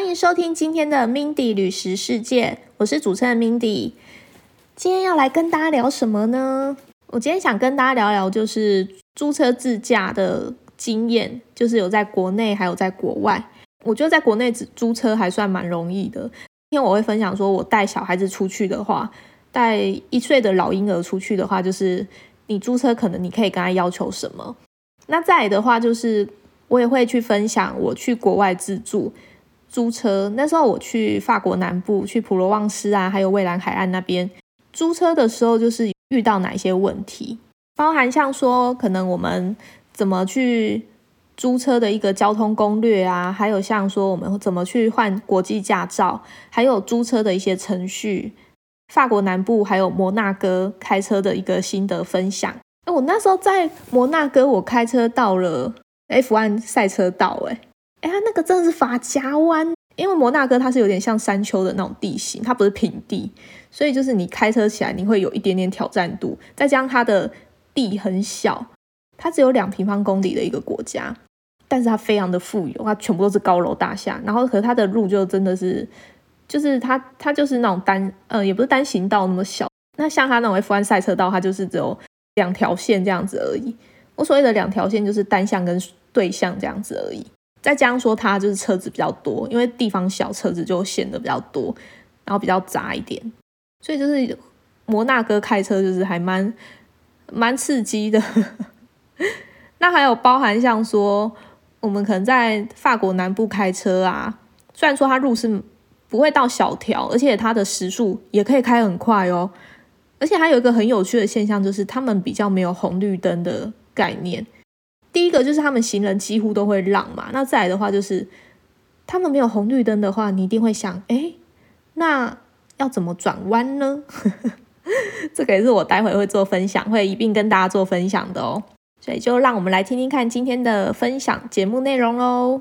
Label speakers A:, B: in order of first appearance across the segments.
A: 欢迎收听今天的 Mindy 旅食世界，我是主持人 Mindy。今天要来跟大家聊什么呢？我今天想跟大家聊聊就是租车自驾的经验，就是有在国内还有在国外。我觉得在国内租车还算蛮容易的。今天我会分享说，我带小孩子出去的话，带1岁的老婴儿出去的话，就是你租车可能你可以跟他要求什么。那再来的话，就是我也会去分享我去国外自助租车。那时候我去法国南部，去普罗旺斯啊，还有蔚蓝海岸那边租车的时候，就是遇到哪一些问题，包含像说可能我们怎么去租车的一个交通攻略啊，还有像说我们怎么去换国际驾照，还有租车的一些程序，法国南部还有摩纳哥开车的一个心得分享。我那时候在摩纳哥，我开车到了 F1 赛车道，它那个真的是法夹弯，因为摩纳哥它是有点像山丘的那种地形，它不是平地，所以就是你开车起来你会有一点点挑战度，再加上它的地很小，它只有2平方公里的一个国家，但是它非常的富有，它全部都是高楼大厦，然后可是它的路就真的是就是它就是那种也不是单行道那么小，那像它那种 F1 赛车道它就是只有2条线这样子而已。我所谓的2条线就是单向跟对向这样子而已，再加上说它就是车子比较多，因为地方小，车子就显得比较多，然后比较杂一点，所以就是摩纳哥开车就是还蛮刺激的那还有包含像说我们可能在法国南部开车啊，虽然说它路是不会到小条，而且它的时速也可以开很快哦，而且还有一个很有趣的现象，就是他们比较没有红绿灯的概念。第一个就是他们行人几乎都会让嘛，那再来的话就是他们没有红绿灯的话，你一定会想那要怎么转弯呢这个也是我待会会做分享，会一并跟大家做分享的哦。所以就让我们来听听看今天的分享节目内容咯。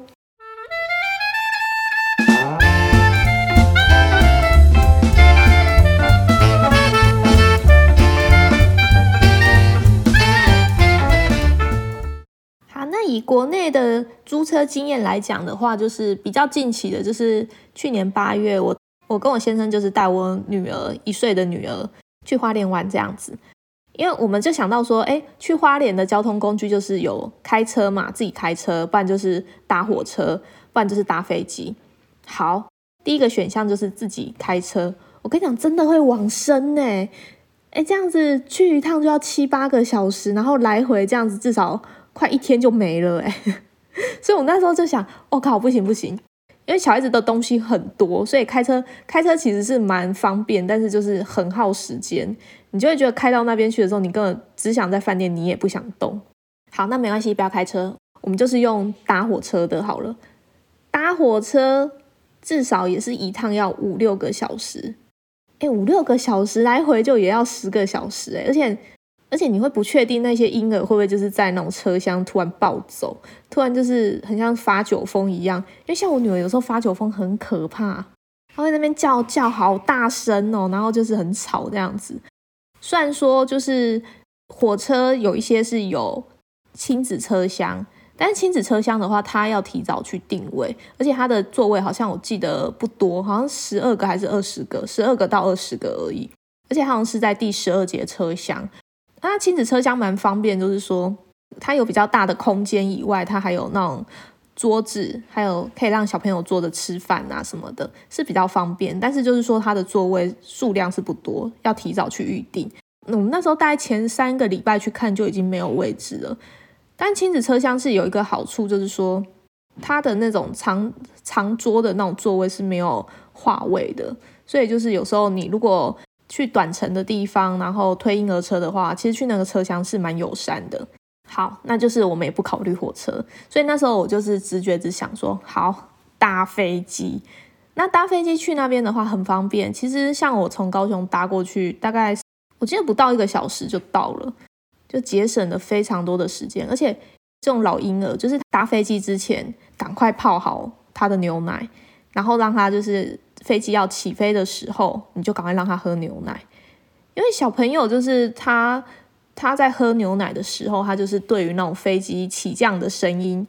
A: 那以国内的租车经验来讲的话，就是比较近期的，就是去年8月我跟我先生就是带我女儿1岁的女儿去花莲玩这样子。因为我们就想到说去花莲的交通工具就是有开车嘛，自己开车，不然就是搭火车，不然就是搭飞机。好，第一个选项就是自己开车，我跟你讲真的会往生这样子去一趟就要7-8个小时，然后来回这样子至少快1天就没了所以我那时候就想靠，不行，因为小孩子的东西很多，所以开车其实是蛮方便，但是就是很耗时间，你就会觉得开到那边去的时候，你根本只想在饭店，你也不想动。好，那没关系，不要开车，我们就是用搭火车的好了。搭火车至少也是一趟要5-6个小时，5-6个小时来回就也要10个小时而且你会不确定那些婴儿会不会就是在那种车厢突然暴走，突然就是很像发酒疯一样。因为像我女儿有时候发酒疯很可怕，她会在那边叫好大声然后就是很吵这样子。虽然说就是火车有一些是有亲子车厢，但是亲子车厢的话它要提早去定位，而且它的座位好像我记得不多，好像12个还是20个，12个到20个而已，而且好像是在第12节车厢。那亲子车厢蛮方便，就是说它有比较大的空间以外，它还有那种桌子，还有可以让小朋友坐着吃饭啊什么的，是比较方便。但是就是说它的座位数量是不多，要提早去预定。我们那时候大概前3个礼拜去看就已经没有位置了。但亲子车厢是有一个好处，就是说它的那种长桌的那种座位是没有划位的，所以就是有时候你如果去短程的地方，然后推婴儿车的话，其实去那个车厢是蛮友善的。好，那就是我们也不考虑火车，所以那时候我就是直觉只想说好，搭飞机。那搭飞机去那边的话很方便，其实像我从高雄搭过去大概我记得不到1个小时就到了，就节省了非常多的时间。而且这种老婴儿就是搭飞机之前赶快泡好他的牛奶，然后让他就是飞机要起飞的时候你就赶快让他喝牛奶。因为小朋友就是他在喝牛奶的时候，他就是对于那种飞机起降的声音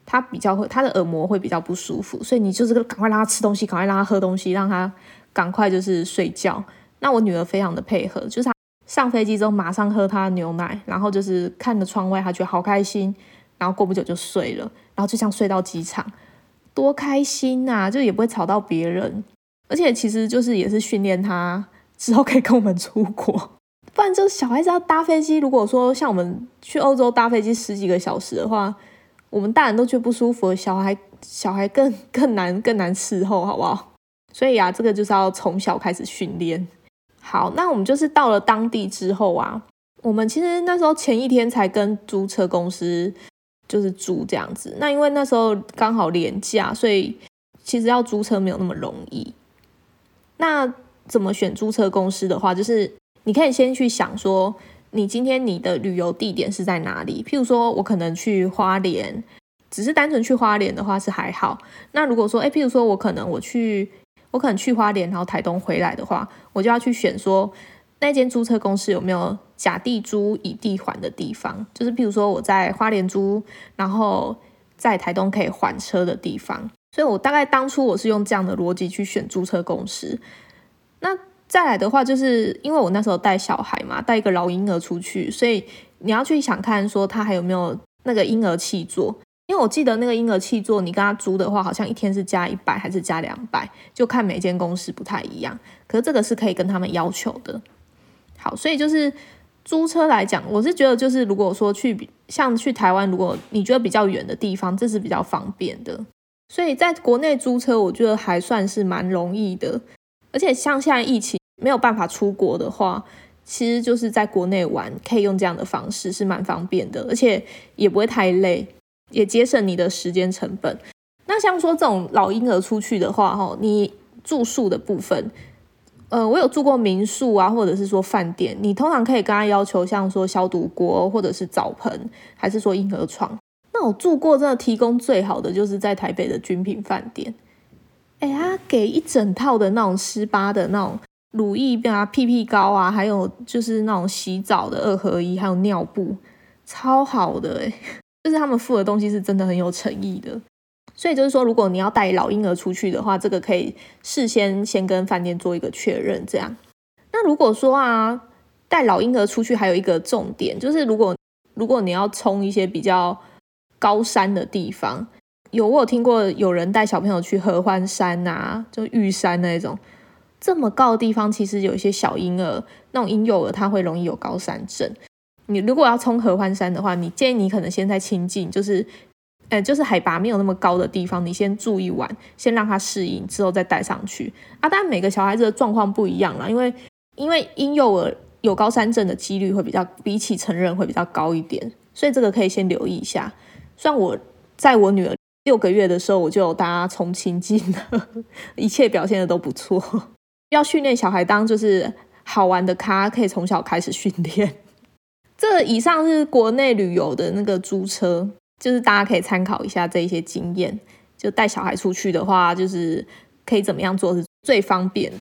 A: 他的耳膜会比较不舒服，所以你就是赶快让他吃东西，赶快让他喝东西，让他赶快就是睡觉。那我女儿非常的配合，就是她上飞机之后马上喝她的牛奶，然后就是看着窗外，她觉得好开心，然后过不久就睡了，然后就这样睡到机场，多开心啊，就也不会吵到别人，而且其实就是也是训练她之后可以跟我们出国。不然就是小孩子要搭飞机，如果说像我们去欧洲搭飞机10几个小时的话，我们大人都觉得不舒服，小孩更难伺候，好不好？所以啊，这个就是要从小开始训练。好，那我们就是到了当地之后啊，我们其实那时候前一天才跟租车公司就是租这样子。那因为那时候刚好连假，所以其实要租车没有那么容易。那怎么选租车公司的话，就是你可以先去想说，你今天你的旅游地点是在哪里？譬如说我可能去花莲，只是单纯去花莲的话是还好。那如果说譬如说我可能去花莲，然后台东回来的话，我就要去选说那间租车公司有没有甲地租乙地还的地方，就是譬如说我在花莲租，然后在台东可以还车的地方。所以我大概当初我是用这样的逻辑去选租车公司。那再来的话，就是因为我那时候带小孩嘛，带一个老婴儿出去，所以你要去想看说他还有没有那个婴儿汽座。因为我记得那个婴儿汽座你跟他租的话，好像一天是加100还是加200，就看每间公司不太一样，可是这个是可以跟他们要求的。好，所以就是租车来讲，我是觉得就是如果说像去台湾，如果你觉得比较远的地方，这是比较方便的。所以在国内租车我觉得还算是蛮容易的，而且像现在疫情没有办法出国的话，其实就是在国内玩可以用这样的方式，是蛮方便的，而且也不会太累，也节省你的时间成本。那像说这种老婴儿出去的话，你住宿的部分，我有住过民宿啊，或者是说饭店，你通常可以跟他要求像说消毒锅或者是澡盆，还是说婴儿床。那我住过真的提供最好的就是在台北的君品饭店，他给一整套的那种18的那种乳液啊、屁屁膏啊，还有就是那种洗澡的2合1，还有尿布，超好的就是他们付的东西是真的很有诚意的。所以就是说，如果你要带老婴儿出去的话，这个可以事先跟饭店做一个确认这样。那如果说啊，带老婴儿出去还有一个重点，就是如果你要冲一些比较高山的地方，我有听过有人带小朋友去合欢山啊，就玉山那种这么高的地方，其实有一些小婴儿那种婴幼儿他会容易有高山症。你如果要冲合欢山的话，你建议你可能先在亲近，就是海拔没有那么高的地方，你先住一晚，先让他适应，之后再带上去啊。当然每个小孩子的状况不一样啦，因为婴幼儿有高山症的几率会比起成人会比较高一点，所以这个可以先留意一下。虽然我在我女儿6个月的时候，我就有带她冲亲近了，一切表现的都不错。要训练小孩当就是好玩的咖，可以从小开始训练。这以上是国内旅游的那个租车，就是大家可以参考一下这一些经验，就带小孩出去的话，就是可以怎么样做是最方便。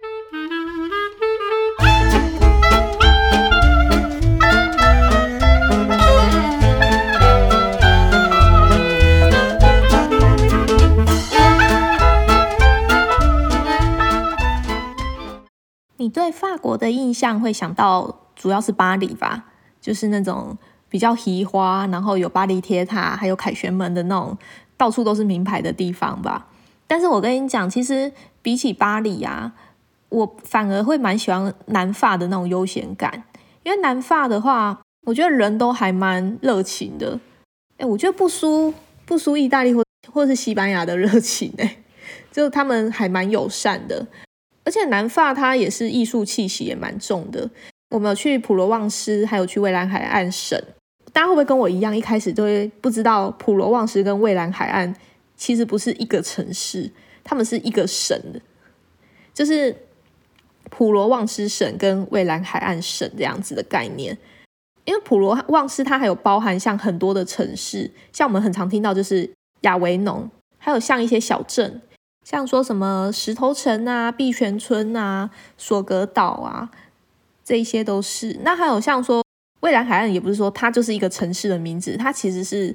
A: 你对法国的印象会想到主要是巴黎吧，就是那种比较奇花，然后有巴黎铁塔还有凯旋门的那种到处都是名牌的地方吧。但是我跟你讲，其实比起巴黎啊，我反而会蛮喜欢南法的那种悠闲感。因为南法的话，我觉得人都还蛮热情的，我觉得不输意大利或是西班牙的热情就他们还蛮友善的。而且南法它也是艺术气息也蛮重的，我们有去普罗旺斯，还有去蔚蓝海岸省。大家会不会跟我一样，一开始都会不知道普罗旺斯跟蔚蓝海岸其实不是一个城市，他们是一个省的，就是普罗旺斯省跟蔚蓝海岸省这样子的概念。因为普罗旺斯它还有包含像很多的城市，像我们很常听到就是亚维农，还有像一些小镇，像说什么石头城啊、碧泉村啊、索格岛啊，这一些都是。那还有像说蔚蓝海岸，也不是说它就是一个城市的名字，它其实是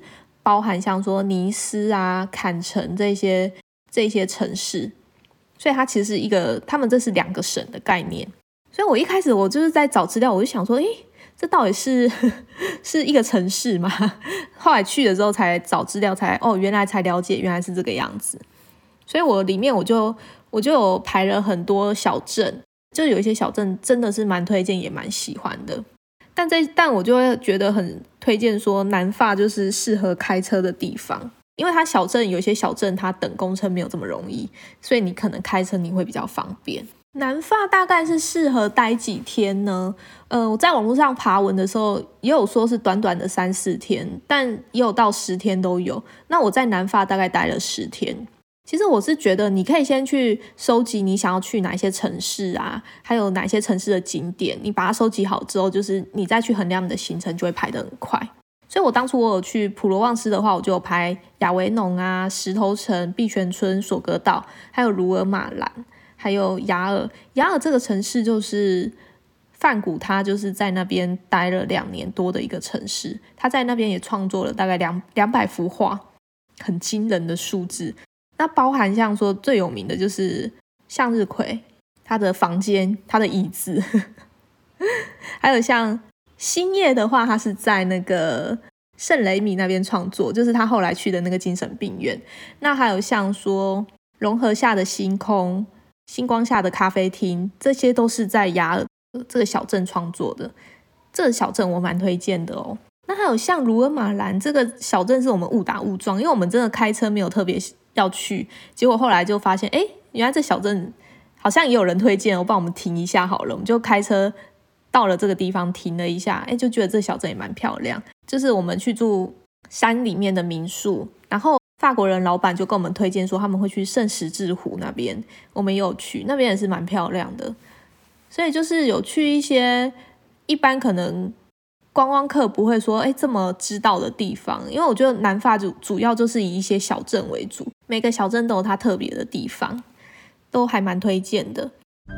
A: 包含像说尼斯啊、坎城这些城市，所以它其实是一个，他们这是2个省的概念。所以我一开始我就是在找资料，我就想说，这到底是一个城市吗？后来去的时候才找资料，原来才了解原来是这个样子。所以我里面我就有排了很多小镇，就有一些小镇真的是蛮推荐也蛮喜欢的。但我就会觉得很推荐说南法就是适合开车的地方，因为它有些小镇它等公车没有这么容易，所以你可能开车你会比较方便。南法大概是适合待几天呢？我在网络上爬文的时候也有说是短短的3-4天，但也有到10天都有。那我在南法大概待了10天。其实我是觉得你可以先去收集你想要去哪一些城市啊，还有哪些城市的景点，你把它收集好之后，就是你再去衡量你的行程就会排得很快。所以我当初我有去普罗旺斯的话，我就有排亚维农啊、石头城、碧泉村、索格岛，还有卢尔马兰，还有雅尔。雅尔这个城市就是梵谷，他就是在那边待了2年多的一个城市，他在那边也创作了大概200幅画，很惊人的数字。那包含像说最有名的就是向日葵，他的房间、他的椅子还有像星夜的话，他是在那个圣雷米那边创作，就是他后来去的那个精神病院。那还有像说融合下的星空、星光下的咖啡厅，这些都是在雅尔这个小镇创作的。这个小镇我蛮推荐的哦。那还有像卢尔马兰这个小镇是我们误打误撞，因为我们真的开车没有特别要去，结果后来就发现原来这小镇好像也有人推荐，我帮我们停一下好了。我们就开车到了这个地方停了一下，就觉得这小镇也蛮漂亮。就是我们去住山里面的民宿，然后法国人老板就跟我们推荐说他们会去圣十字湖那边，我们也有去，那边也是蛮漂亮的。所以就是有去一些一般可能观光客不会说这么知道的地方，因为我觉得南法主要就是以一些小镇为主，每个小镇都有它特别的地方，都还蛮推荐的。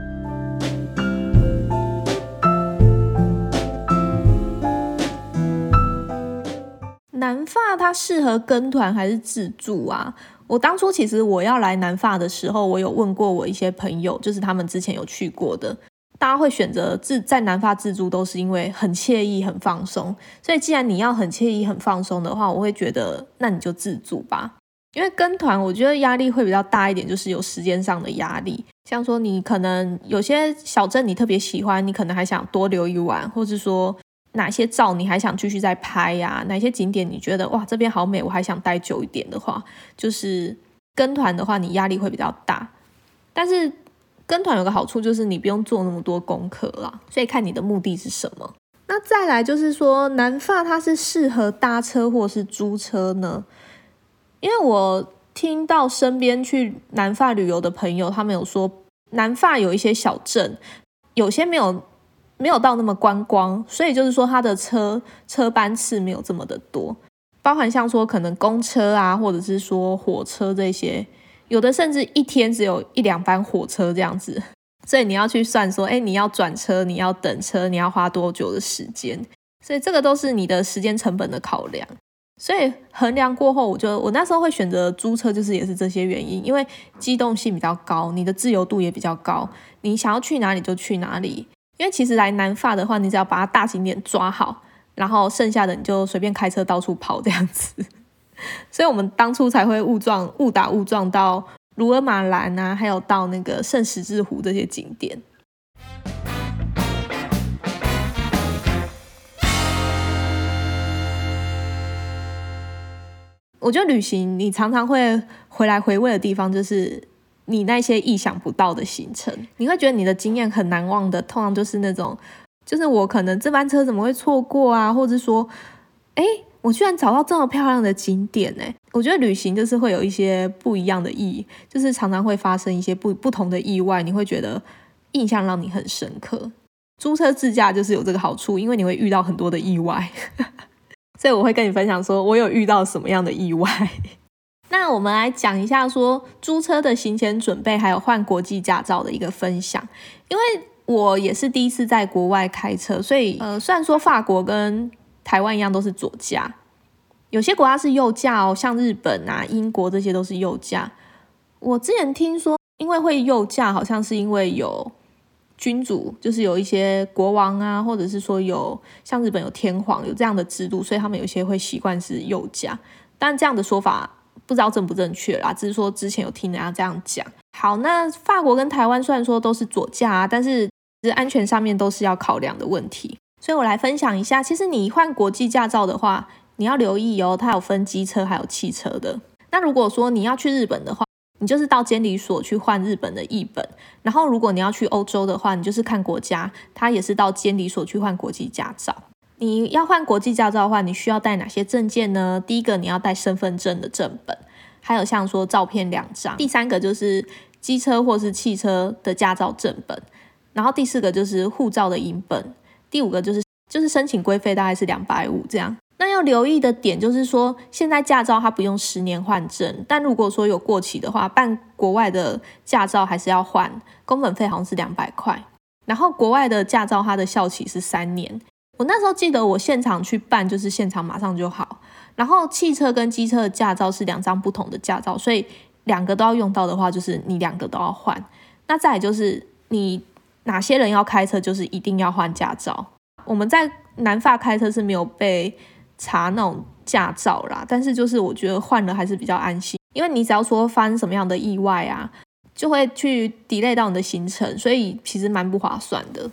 A: 南法它适合跟团还是自助啊？我当初其实我要来南法的时候，我有问过我一些朋友，就是他们之前有去过的，大家会选择在南法自助都是因为很惬意很放松。所以既然你要很惬意很放松的话，我会觉得那你就自助吧。因为跟团我觉得压力会比较大一点，就是有时间上的压力，像说你可能有些小镇你特别喜欢，你可能还想多留一晚，或是说哪些照你还想继续再拍啊，哪些景点你觉得哇这边好美，我还想待久一点的话，就是跟团的话你压力会比较大。但是跟团有个好处就是你不用做那么多功课啦，所以看你的目的是什么。那再来就是说南法它是适合搭车或是租车呢？因为我听到身边去南法旅游的朋友，他们有说南法有一些小镇有些没有到那么观光，所以就是说它的车班次没有这么的多，包含像说可能公车啊，或者是说火车这些，有的甚至一天只有1-2班火车这样子，所以你要去算说你要转车，你要等车，你要花多久的时间，所以这个都是你的时间成本的考量。所以衡量过后，我那时候会选择租车，就是也是这些原因，因为机动性比较高，你的自由度也比较高，你想要去哪里就去哪里。因为其实来南法的话，你只要把它大景点抓好，然后剩下的你就随便开车到处跑这样子。所以我们当初才会误打误撞到卢尔马兰啊，还有到那个圣十字湖这些景点。我觉得旅行你常常会回来回味的地方，就是你那些意想不到的行程，你会觉得你的经验很难忘的，通常就是那种，就是我可能这班车怎么会错过啊，或者说我居然找到这么漂亮的景点。我觉得旅行就是会有一些不一样的意义，就是常常会发生一些不同的意外，你会觉得印象让你很深刻。租车自驾就是有这个好处，因为你会遇到很多的意外所以我会跟你分享说我有遇到什么样的意外那我们来讲一下说租车的行前准备，还有换国际驾照的一个分享。因为我也是第一次在国外开车，所以虽然说法国跟台湾一样都是左驾， 有些国家是右驾哦，像日本啊、英国这些都是右驾。我之前听说，因为会右驾，好像是因为有君主，就是有一些国王啊，或者是说有像日本有天皇有这样的制度，所以他们有些会习惯是右驾。但这样的说法不知道正不正确啦，只是说之前有听人家这样讲。好，那法国跟台湾虽然说都是左驾啊，但是安全上面都是要考量的问题。所以我来分享一下，其实你换国际驾照的话，你要留意哦，它有分机车还有汽车的。那如果说你要去日本的话，你就是到监理所去换日本的译本，然后如果你要去欧洲的话，你就是看国家，它也是到监理所去换国际驾照。你要换国际驾照的话，你需要带哪些证件呢？第一个你要带身份证的正本，还有像说照片2张。第三个就是机车或是汽车的驾照正本，然后第4个就是护照的影本，第5个就是申请规费大概是250这样。那要留意的点就是说，现在驾照它不用10年换证，但如果说有过期的话，办国外的驾照还是要换，工本费好像是200块。然后国外的驾照它的效期是3年。我那时候记得我现场去办，就是现场马上就好。然后汽车跟机车的驾照是2张不同的驾照，所以2个都要用到的话，就是你2个都要换。那再来就是你哪些人要开车，就是一定要换驾照。我们在南法开车是没有被查那种驾照啦，但是就是我觉得换了还是比较安心，因为你只要说发生什么样的意外啊，就会去 delay 到你的行程，所以其实蛮不划算的。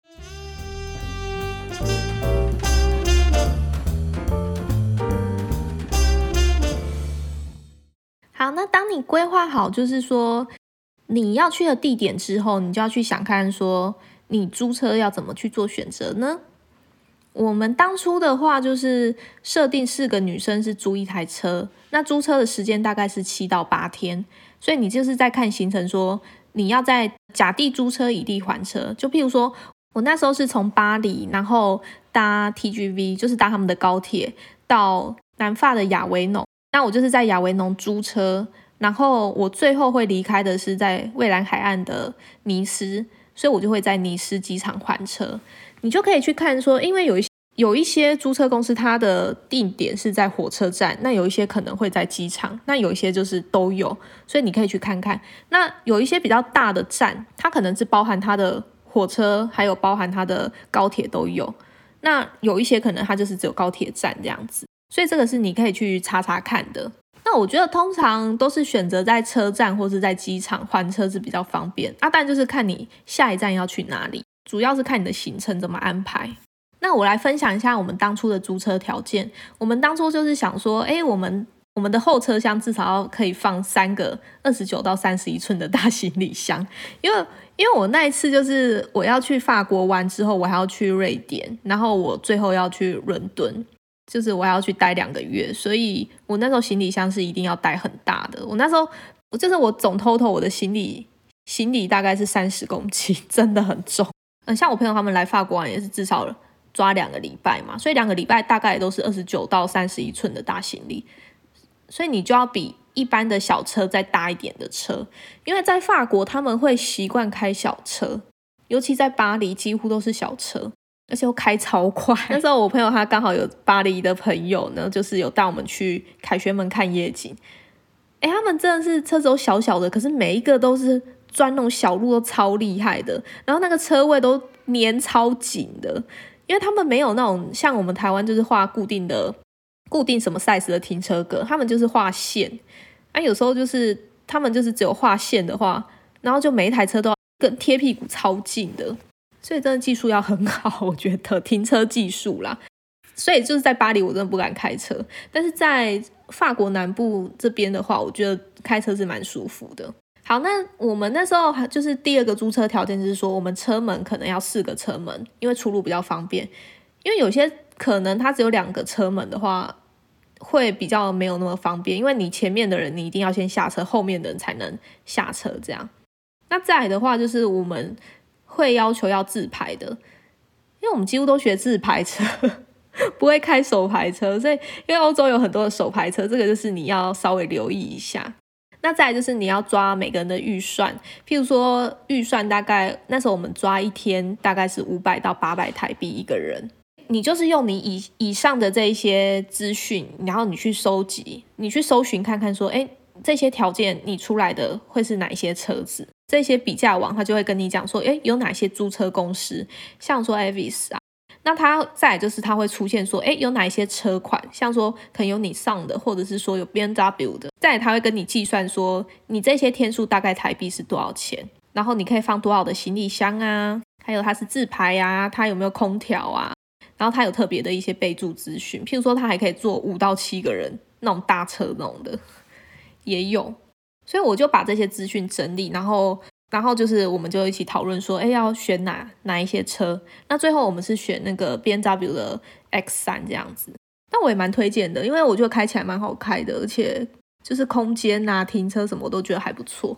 A: 好，那当你规划好就是说你要去的地点之后，你就要去想看说你租车要怎么去做选择呢？我们当初的话就是设定4个女生是租一台车，那租车的时间大概是7到8天，所以你就是在看行程说你要在甲地租车乙地还车。就譬如说我那时候是从巴黎然后搭 TGV， 就是搭他们的高铁到南法的亚维农，那我就是在亚维农租车，然后我最后会离开的是在蔚蓝海岸的尼斯，所以我就会在尼斯机场还车。你就可以去看说，因为有一些租车公司它的定点是在火车站，那有一些可能会在机场，那有一些就是都有，所以你可以去看看。那有一些比较大的站，它可能是包含它的火车还有包含它的高铁都有，那有一些可能它就是只有高铁站这样子，所以这个是你可以去查查看的。那我觉得通常都是选择在车站或是在机场还车是比较方便啊，但就是看你下一站要去哪里，主要是看你的行程怎么安排。那我来分享一下我们当初的租车条件。我们当初就是想说，我们的后车厢至少要可以放3个29到31寸的大行李箱，因为我那一次就是我要去法国玩之后，我还要去瑞典，然后我最后要去伦敦，就是我还要去待2个月，所以我那时候行李箱是一定要带很大的。我那时候就是我总 total 我的行李大概是30公斤，真的很重。像我朋友他们来法国玩也是至少抓2个礼拜嘛，所以2个礼拜大概也都是29到31寸的大行李，所以你就要比一般的小车再大一点的车，因为在法国他们会习惯开小车，尤其在巴黎几乎都是小车，而且又开超快。那时候我朋友他刚好有巴黎的朋友呢，就是有带我们去凯旋门看夜景。他们真的是车子都小小的，可是每一个都是钻那种小路都超厉害的，然后那个车位都粘超紧的，因为他们没有那种像我们台湾就是画固定什么 size 的停车格，他们就是画线有时候就是他们就是只有画线的话，然后就每一台车都要跟贴屁股超近的，所以真的技术要很好，我觉得停车技术啦。所以就是在巴黎我真的不敢开车，但是在法国南部这边的话，我觉得开车是蛮舒服的。好，那我们那时候就是第2个租车条件就是说，我们车门可能要4个车门，因为出入比较方便。因为有些可能它只有2个车门的话，会比较没有那么方便，因为你前面的人你一定要先下车，后面的人才能下车这样。那再来的话就是我们会要求要自排的，因为我们几乎都学自排车不会开手排车，所以因为欧洲有很多的手排车，这个就是你要稍微留意一下。那再来就是你要抓每个人的预算，譬如说预算大概那时候我们抓1天大概是500到800台币一个人， 你就是用你以上的这一些资讯，然后你去收集，你去搜寻看看说，这些条件你出来的会是哪一些车子，这些比价网它就会跟你讲说，有哪些租车公司，像说 Avis 啊，那它再来就是它会出现说，有哪一些车款，像说可能有你上的，或者是说有 BMW 的，再来它会跟你计算说你这些天数大概台币是多少钱，然后你可以放多少的行李箱啊，还有它是自排啊，它有没有空调啊，然后它有特别的一些备注资讯，譬如说它还可以坐5到7个人那种大车那种的也有，所以我就把这些资讯整理，然后就是我们就一起讨论说要选哪一些车，那最后我们是选那个 BMW 的 X3 这样子，那我也蛮推荐的，因为我觉得开起来蛮好开的，而且就是空间啊停车什么我都觉得还不错。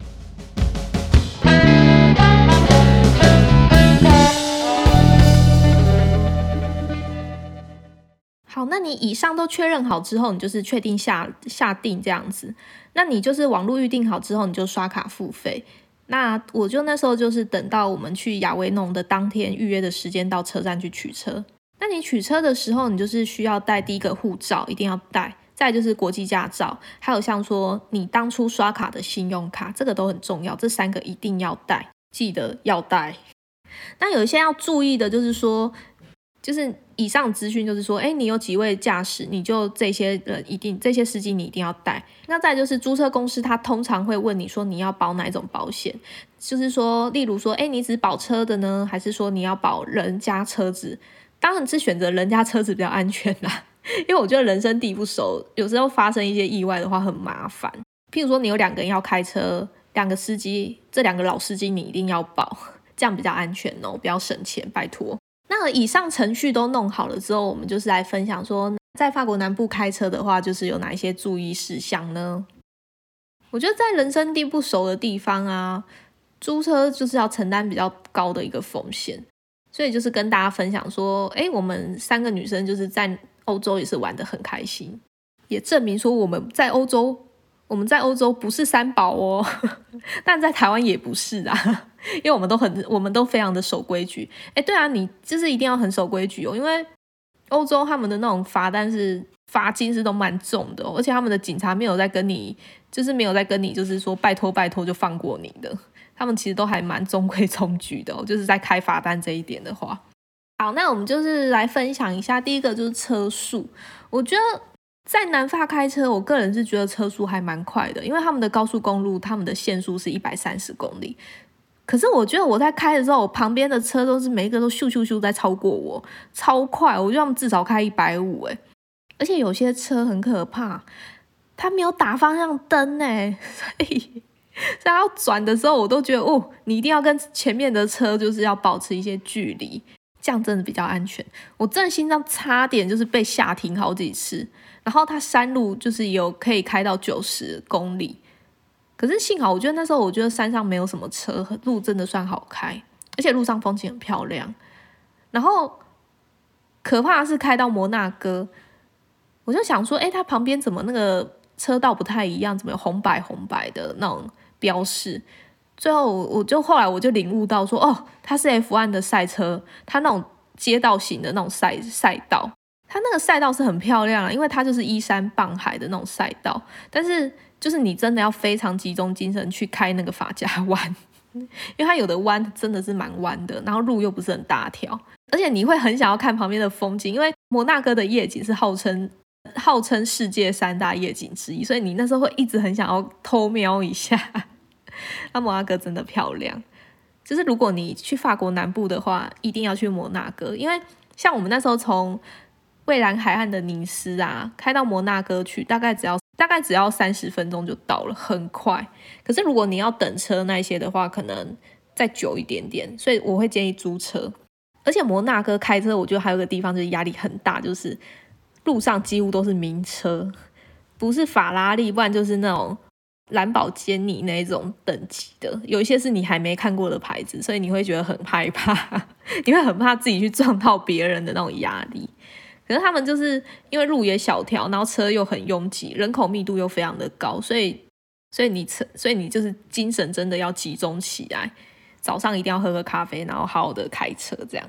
A: 好，那你以上都确认好之后，你就是确定下定这样子，那你就是网络预定好之后你就刷卡付费，那我就那时候就是等到我们去亚维农的当天预约的时间到车站去取车，那你取车的时候你就是需要带第一个护照一定要带，再来就是国际驾照，还有像说你当初刷卡的信用卡，这个都很重要，这3个一定要带，记得要带。那有一些要注意的就是说，就是以上资讯就是说你有几位驾驶，你就这些这些司机你一定要带。那再来就是租车公司他通常会问你说你要保哪一种保险，就是说例如说你只保车的呢，还是说你要保人家车子，当然是选择人家车子比较安全啦，因为我觉得人生地不熟，有时候发生一些意外的话很麻烦，譬如说你有2个人要开车，2个司机，这2个老司机你一定要保，这样比较安全哦，不要省钱拜托。那以上程序都弄好了之后，我们就是来分享说在法国南部开车的话就是有哪一些注意事项呢。我觉得在人生地不熟的地方啊，租车就是要承担比较高的一个风险，所以就是跟大家分享说我们3个女生就是在欧洲也是玩得很开心，也证明说我们在欧洲不是3宝哦但在台湾也不是啊，因为我们都非常的守规矩。对啊，你就是一定要很守规矩哦，因为欧洲他们的那种罚金是都蛮重的而且他们的警察没有在跟你就是说拜托就放过你的，他们其实都还蛮中规中矩的就是在开罚单这一点的话。好，那我们就是来分享一下，第一个就是车速。我觉得在南法开车，我个人是觉得车速还蛮快的，因为他们的高速公路他们的限速是130公里，可是我觉得我在开的时候，我旁边的车都是每一个都咻咻咻在超过我，超快，我觉得他们至少开150而且有些车很可怕，他没有打方向灯所以他要转的时候我都觉得你一定要跟前面的车就是要保持一些距离，这样真的比较安全。我真的心脏差点就是被吓停好几次，然后它山路就是有可以开到90公里，可是幸好我觉得山上没有什么车，路真的算好开，而且路上风景很漂亮。然后可怕的是开到摩纳哥，我就想说它旁边怎么那个车道不太一样，怎么有红白的那种标示，最后后来我就领悟到说它是 F1 的赛车，它那种街道型的那种赛道，它那个赛道是很漂亮因为它就是依山傍海的那种赛道，但是就是你真的要非常集中精神去开那个法家湾因为它有的弯真的是蛮弯的，然后路又不是很大条，而且你会很想要看旁边的风景，因为摩纳哥的夜景是号称世界3大夜景之一，所以你那时候会一直很想要偷瞄一下那摩纳哥真的漂亮，就是如果你去法国南部的话一定要去摩纳哥，因为像我们那时候从蔚蓝海岸的尼斯啊开到摩纳哥去大概只要30分钟就到了，很快。可是如果你要等车那些的话可能再久一点点，所以我会建议租车。而且摩纳哥开车我觉得还有一个地方就是压力很大，就是路上几乎都是名车，不是法拉利不然就是那种兰博基尼那种等级的，有一些是你还没看过的牌子，所以你会觉得很害怕你会很怕自己去撞到别人的那种压力。可是他们就是因为路也小条，然后车又很拥挤，人口密度又非常的高，所以你就是精神真的要集中起来，早上一定要喝个咖啡，然后好好的开车这样。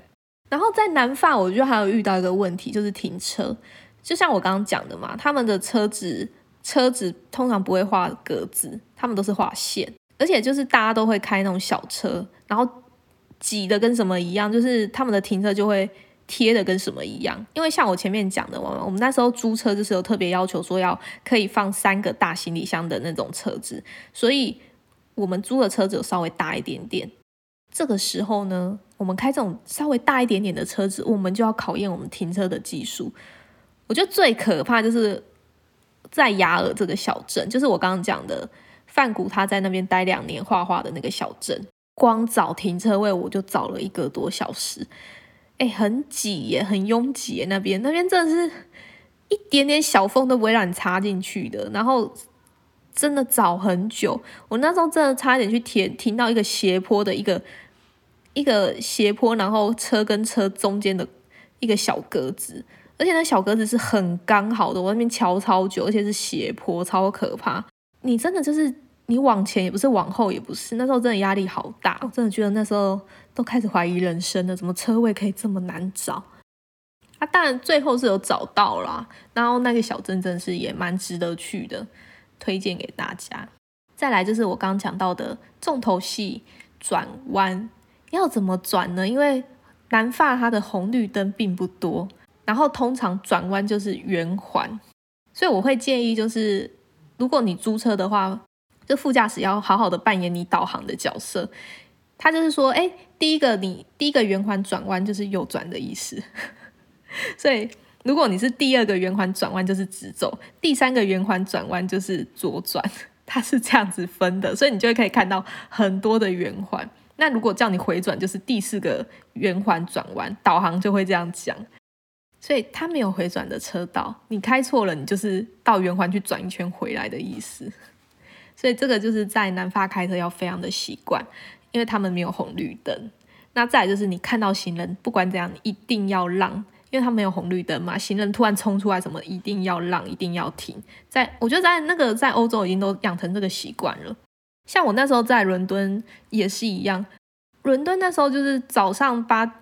A: 然后在南法我觉得还有遇到一个问题，就是停车。就像我刚刚讲的嘛，他们的车子通常不会画格子，他们都是画线，而且就是大家都会开那种小车，然后挤的跟什么一样，就是他们的停车就会贴的跟什么一样。因为像我前面讲的，我们那时候租车就是有特别要求说要可以放3个大行李箱的那种车子，所以我们租的车子有稍微大一点点。这个时候呢，我们开这种稍微大一点点的车子，我们就要考验我们停车的技术。我觉得最可怕就是在雅尔这个小镇，就是我刚刚讲的梵谷他在那边待2年画画的那个小镇，光找停车位我就找了1个多小时。很挤耶，很拥挤耶，那边真的是一点点小缝都不会让你插进去的，然后真的找很久。我那时候真的差点去停到一个斜坡的一个斜坡，然后车跟车中间的一个小格子，而且那小格子是很刚好的，我那边瞧超久，而且是斜坡，超可怕。你真的就是你往前也不是，往后也不是，那时候真的压力好大，我真的觉得那时候都开始怀疑人生了，怎么车位可以这么难找当然最后是有找到啦，然后那个小镇真的是也蛮值得去的，推荐给大家。再来就是我刚刚讲到的重头戏，转弯要怎么转呢？因为南法它的红绿灯并不多，然后通常转弯就是圆环，所以我会建议就是如果你租车的话，就副驾驶要好好的扮演你导航的角色。他就是说第一个圆环转弯就是右转的意思所以如果你是第2个圆环转弯就是直走，第3个圆环转弯就是左转，它是这样子分的，所以你就会可以看到很多的圆环。那如果叫你回转就是第4个圆环转弯，导航就会这样讲，所以它没有回转的车道，你开错了你就是到圆环去转一圈回来的意思。所以这个就是在南法开车要非常的习惯，因为他们没有红绿灯。那再来就是你看到行人不管怎样你一定要让，因为他们没有红绿灯嘛，行人突然冲出来什么一定要让，一定要停。我觉得在欧洲已经都养成这个习惯了。像我那时候在伦敦也是一样，伦敦那时候就是早上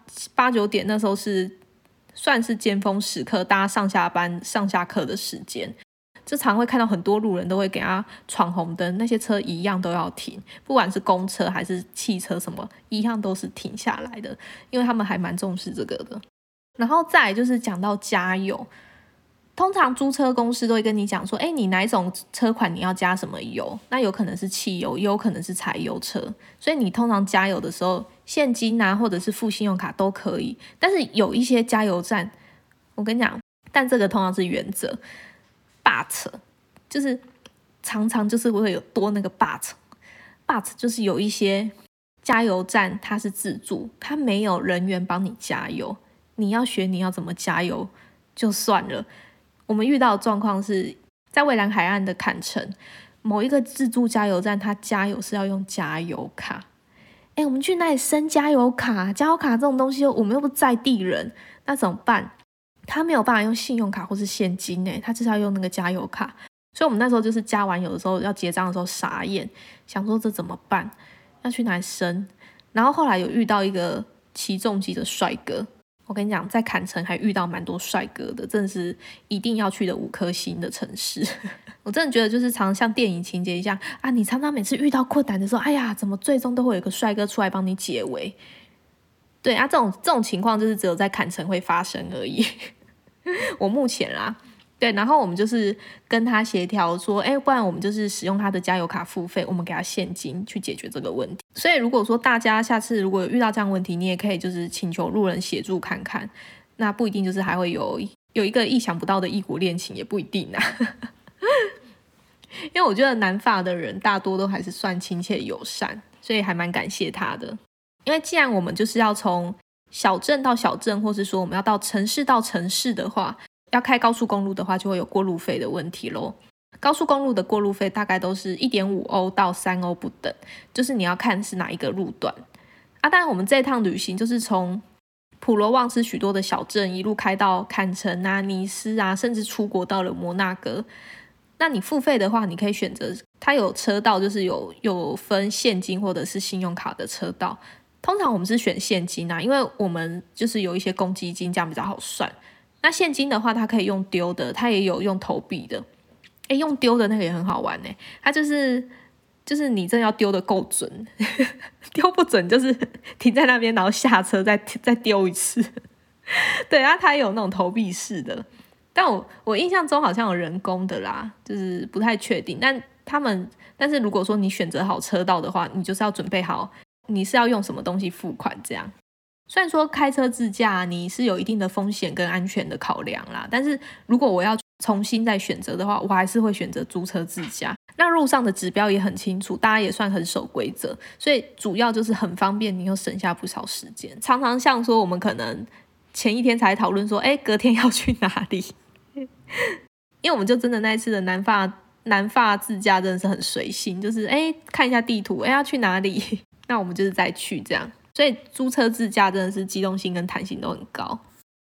A: 8、9点，那时候是算是尖峰时刻，大家上下班上下课的时间，就常会看到很多路人都会给他闯红灯，那些车一样都要停，不管是公车还是汽车什么一样都是停下来的，因为他们还蛮重视这个的。然后再来就是讲到加油，通常租车公司都会跟你讲说你哪一种车款你要加什么油，那有可能是汽油，也有可能是柴油车，所以你通常加油的时候现金或者是付信用卡都可以。但是有一些加油站我跟你讲，但这个通常是原则，but 就是常常就是会有多那个 but 就是有一些加油站它是自助，它没有人员帮你加油，你要学你要怎么加油就算了。我们遇到的状况是在蔚蓝海岸的坎城某一个自助加油站，它加油是要用加油卡。我们去那里申加油卡，加油卡这种东西我们又不在地人，那怎么办？他没有办法用信用卡或是现金他就是要用那个加油卡。所以我们那时候就是加完油的时候要结账的时候傻眼，想说这怎么办，要去哪里申。然后后来有遇到一个骑重机的帅哥，我跟你讲在坎城还遇到蛮多帅哥的，真的是一定要去的5颗星的城市我真的觉得就是常像电影情节一样你常常每次遇到困难的时候怎么最终都会有一个帅哥出来帮你解围。对这种情况就是只有在坎城会发生而已我目前啦，对，然后我们就是跟他协调说不然我们就是使用他的加油卡付费，我们给他现金去解决这个问题。所以如果说大家下次如果有遇到这样的问题，你也可以就是请求路人协助看看，那不一定就是还会有一个意想不到的异国恋情，也不一定因为我觉得南法的人大多都还是算亲切友善，所以还蛮感谢他的。因为既然我们就是要从小镇到小镇，或是说我们要到城市到城市的话，要开高速公路的话就会有过路费的问题咯。高速公路的过路费大概都是 1.5 欧到3欧不等，就是你要看是哪一个路段当然我们这趟旅行就是从普罗旺斯许多的小镇一路开到坎城尼斯甚至出国到了摩纳哥。那你付费的话，你可以选择它有车道，就是有分现金或者是信用卡的车道， 通常我们是选现金因为我们就是有一些公积金，这样比较好算。那现金的话，它可以用丢的，它也有用投币的。用丢的那个也很好玩它就是你真的要丢的够准，丢不准就是停在那边，然后下车再丢一次。对啊，它也有那种投币式的，但我印象中好像有人工的啦，就是不太确定。但是如果说你选择好车道的话，你就是要准备好你是要用什么东西付款这样。虽然说开车自驾你是有一定的风险跟安全的考量啦，但是如果我要重新再选择的话，我还是会选择租车自驾。那路上的指标也很清楚，大家也算很守规则，所以主要就是很方便，你又省下不少时间。常常像说我们可能前一天才讨论说隔天要去哪里因为我们就真的那一次的南法自驾真的是很随性，就是看一下地图要去哪里那我们就是再去这样。所以租车自驾真的是机动性跟弹性都很高。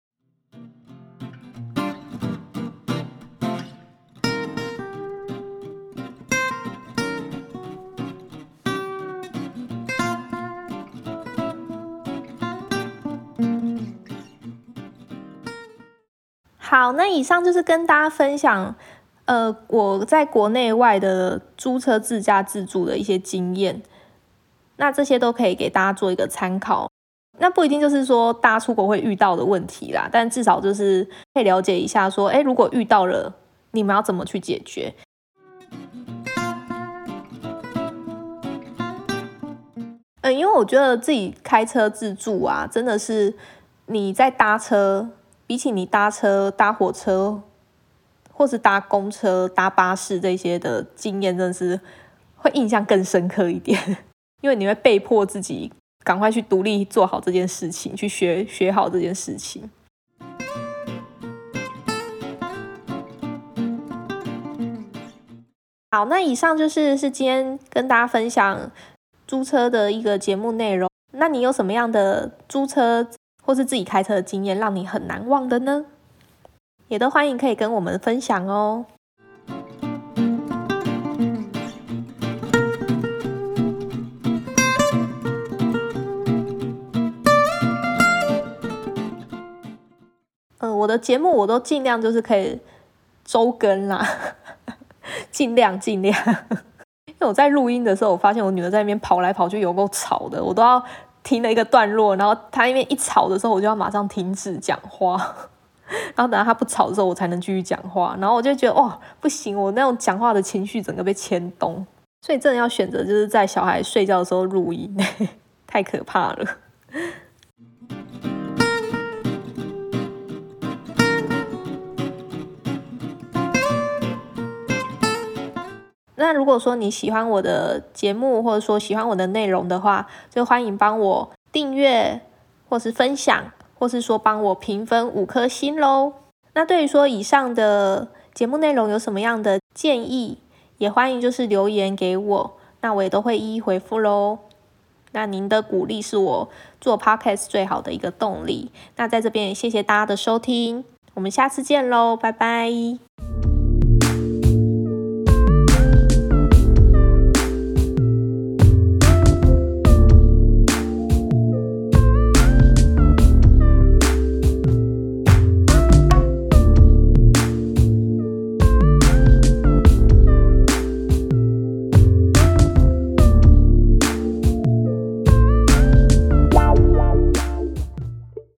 A: 好，那以上就是跟大家分享我在国内外的租车自驾自助的一些经验，那这些都可以给大家做一个参考。那不一定就是说大家出国会遇到的问题啦，但至少就是可以了解一下说如果遇到了你们要怎么去解决。因为我觉得自己开车自助真的是你在搭车，比起你搭车搭火车或是搭公车搭巴士这些的经验，真的是会印象更深刻一点因为你会被迫自己赶快去独立做好这件事情，去学好这件事情。好，那以上就是今天跟大家分享租车的一个节目内容。那你有什么样的租车或是自己开车的经验让你很难忘的呢？也都欢迎可以跟我们分享哦。我的节目我都尽量就是可以周更啦尽量因为我在录音的时候，我发现我女儿在那边跑来跑去有够吵的，我都要停了一个段落，然后她那边一吵的时候，我就要马上停止讲话然后等到她不吵的时候我才能继续讲话，然后我就觉得不行，我那种讲话的情绪整个被牵动，所以真的要选择就是在小孩睡觉的时候录音太可怕了。那如果说你喜欢我的节目，或者说喜欢我的内容的话，就欢迎帮我订阅或是分享，或是说帮我评分5颗星咯。那对于说以上的节目内容有什么样的建议，也欢迎就是留言给我，那我也都会一一回复咯。那您的鼓励是我做 podcast 最好的一个动力。那在这边也谢谢大家的收听，我们下次见咯，拜拜。